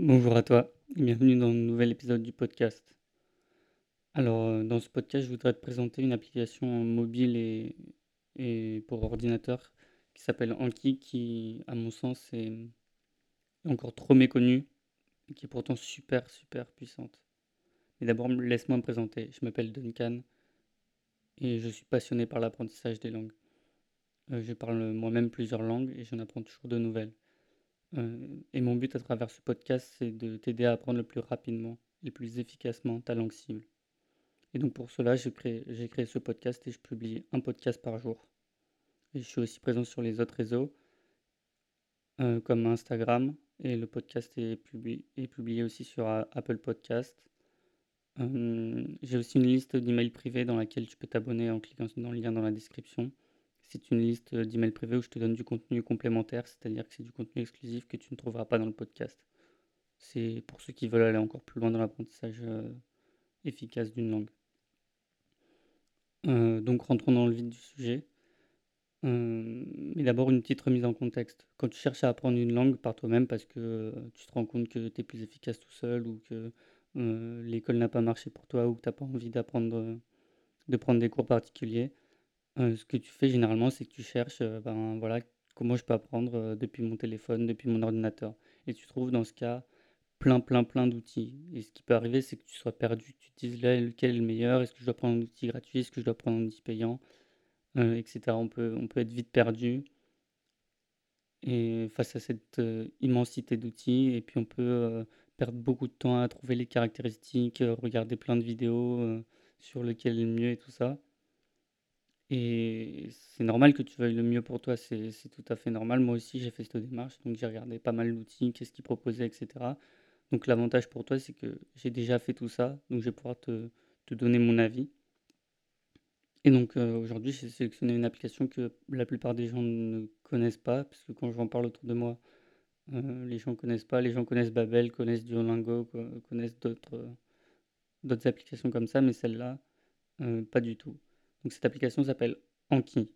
Bonjour à toi et bienvenue dans un nouvel épisode du podcast. Alors, dans ce podcast, je voudrais te présenter une application mobile et pour ordinateur qui s'appelle Anki, qui, à mon sens, est encore trop méconnue et qui est pourtant super, super puissante. Mais d'abord, laisse-moi me présenter. Je m'appelle Duncan et je suis passionné par l'apprentissage des langues. Je parle moi-même plusieurs langues et j'en apprends toujours de nouvelles. Et mon but à travers ce podcast, c'est de t'aider à apprendre le plus rapidement et le plus efficacement ta langue cible. Et donc pour cela, j'ai créé ce podcast et je publie un podcast par jour. Et je suis aussi présent sur les autres réseaux, comme Instagram, et le podcast est publié aussi sur Apple Podcast. J'ai aussi une liste d'emails privés dans laquelle tu peux t'abonner en cliquant dans le lien dans la description. C'est une liste d'emails privés où je te donne du contenu complémentaire, c'est-à-dire que c'est du contenu exclusif que tu ne trouveras pas dans le podcast. C'est pour ceux qui veulent aller encore plus loin dans l'apprentissage efficace d'une langue. Donc rentrons dans le vif du sujet. Mais d'abord une petite remise en contexte. Quand tu cherches à apprendre une langue par toi-même parce que, tu te rends compte que tu es plus efficace tout seul ou que, l'école n'a pas marché pour toi ou que tu as pas envie de prendre des cours particuliers, ce que tu fais généralement, c'est que tu cherches, ben, voilà, comment je peux apprendre, depuis mon téléphone, depuis mon ordinateur? Et tu trouves dans ce cas plein, plein, plein d'outils et ce qui peut arriver, c'est que tu sois perdu. Tu te dises: «Là, lequel est le meilleur? Est-ce que je dois prendre un outil gratuit? Est-ce que je dois prendre un outil payant?» Et cetera. On peut être vite perdu et face à cette, immensité d'outils et puis on peut, perdre beaucoup de temps à trouver les caractéristiques, regarder plein de vidéos, sur lequel est le mieux et tout ça et c'est normal que tu veuilles le mieux pour toi, c'est tout à fait normal. Moi aussi, j'ai fait cette démarche, donc j'ai regardé pas mal d'outils, qu'est-ce qu'ils proposaient et cetera. Donc l'avantage pour toi, c'est que j'ai déjà fait tout ça, donc je vais pouvoir te donner mon avis. Et donc, aujourd'hui, j'ai sélectionné une application que la plupart des gens ne connaissent pas, parce que quand j'en parle autour de moi, les gens connaissent pas. Les gens connaissent Babel, connaissent Duolingo, connaissent d'autres applications comme ça, mais celle-là, pas du tout. Donc cette application s'appelle Anki.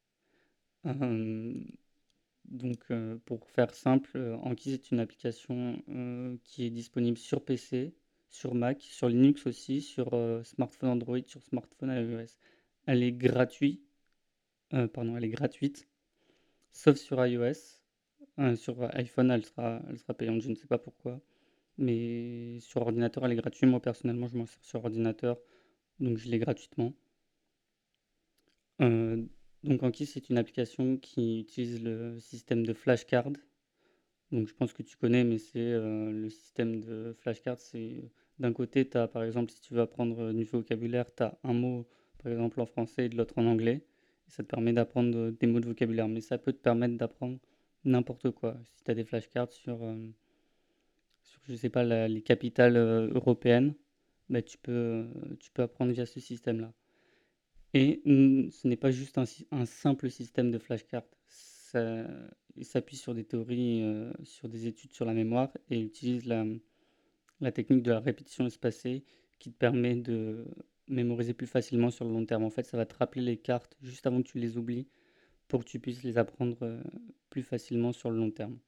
Hem, donc, pour faire simple, Anki, c'est une application, qui est disponible sur PC, sur Mac, sur Linux aussi, sur, smartphone Android, sur smartphone iOS. Elle est gratuite. Elle est gratuite, sauf sur iOS. Sur iPhone, elle sera payante, je ne sais pas pourquoi. Mais sur ordinateur, elle est gratuite. Moi, personnellement, je m'en sers sur ordinateur, donc je l'ai gratuitement. Euh, donc Anki, c'est une application qui utilise le système de flashcard. Donc je pense que tu connais, mais c'est le système de flashcard. C'est d'un côté, tu as par exemple, si tu veux apprendre du vocabulaire, tu as un mot, par exemple en français et de l'autre en anglais. Et ça te permet d'apprendre des mots de vocabulaire. Mais ça peut te permettre d'apprendre n'importe quoi. Si tu as des flashcards sur, je sais pas, les capitales européennes, bah, tu peux apprendre via ce système-là. Et ce n'est pas juste un simple système de flashcards. Ça, il s'appuie sur des théories, sur des études sur la mémoire et utilise la technique de la répétition espacée qui te permet de mémoriser plus facilement sur le long terme. En fait, ça va te rappeler les cartes juste avant que tu les oublies pour que tu puisses les apprendre plus facilement sur le long terme.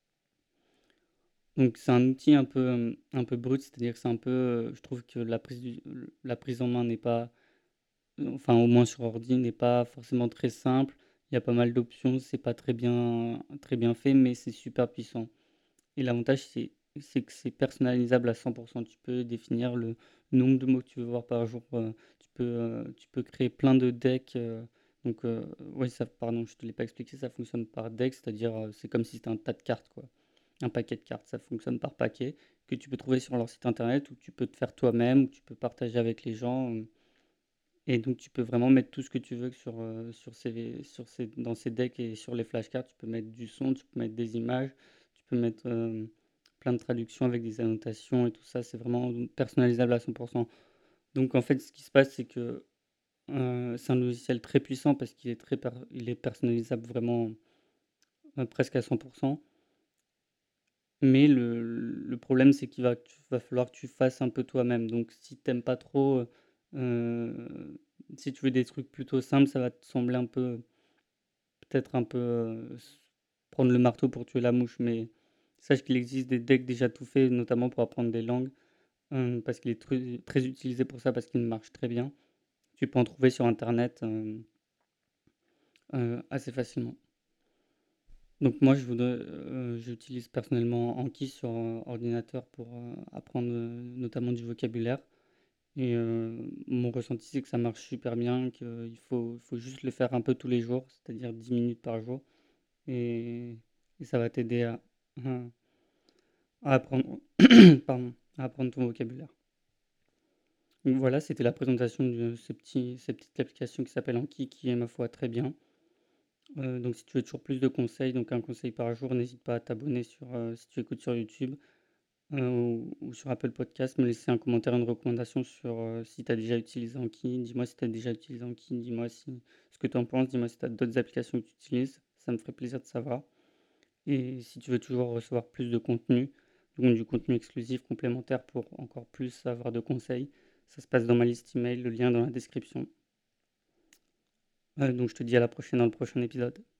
Donc c'est un outil un peu brut, c'est-à-dire que c'est un peu, je trouve que la prise en main n'est pas, enfin au moins sur ordi, n'est pas forcément très simple. Il y a pas mal d'options, c'est pas très bien fait, mais c'est super puissant. Et l'avantage, c'est que c'est personnalisable à 100%. Tu peux définir le nombre de mots que tu veux voir par jour. Tu peux créer plein de decks. Donc, ouais, ça, pardon, je te l'ai pas expliqué, ça fonctionne par deck, c'est-à-dire c'est comme si c'était un tas de cartes, quoi. Un paquet de cartes, ça fonctionne par paquet que tu peux trouver sur leur site internet ou tu peux te faire toi-même ou tu peux partager avec les gens. Et donc tu peux vraiment mettre tout ce que tu veux dans ces decks et sur les flashcards. Tu peux mettre du son, tu peux mettre des images, tu peux mettre plein de traductions avec des annotations et tout ça. C'est vraiment personnalisable à 100%. Donc en fait, ce qui se passe, c'est que c'est un logiciel très puissant parce il est personnalisable vraiment presque à 100%. Mais le problème, c'est qu'il va falloir que tu fasses un peu toi-même. Donc si t'aimes pas trop, si tu veux des trucs plutôt simples, ça va te sembler un peu peut-être un peu, prendre le marteau pour tuer la mouche. Mais Sache qu'il existe des decks déjà tout faits, notamment pour apprendre des langues, parce qu'il est très utilisé pour ça, parce qu'il marche très bien. Tu peux en trouver sur internet, assez facilement. Donc moi, j'utilise personnellement Anki sur, ordinateur pour, apprendre, notamment du vocabulaire et mon ressenti, c'est que ça marche super bien, qu'il faut juste le faire un peu tous les jours, c'est-à-dire 10 minutes par jour et ça va t'aider à apprendre pardon, à apprendre ton vocabulaire. Donc voilà, c'était la présentation de cette petite application qui s'appelle Anki, qui est ma foi très bien. Donc si tu veux toujours plus de conseils, donc un conseil par jour, n'hésite pas à t'abonner si tu écoutes sur YouTube, ou sur Apple Podcast, me laisser un commentaire, une recommandation sur, si tu as déjà utilisé Anki. Dis-moi si tu as déjà utilisé Anki, dis-moi ce que tu en penses, dis-moi si tu as d'autres applications que tu utilises, ça me ferait plaisir de savoir. Et si tu veux toujours recevoir plus de contenu, donc du contenu exclusif complémentaire pour encore plus avoir de conseils, ça se passe dans ma liste email, le lien dans la description. Donc je te dis à la prochaine dans le prochain épisode.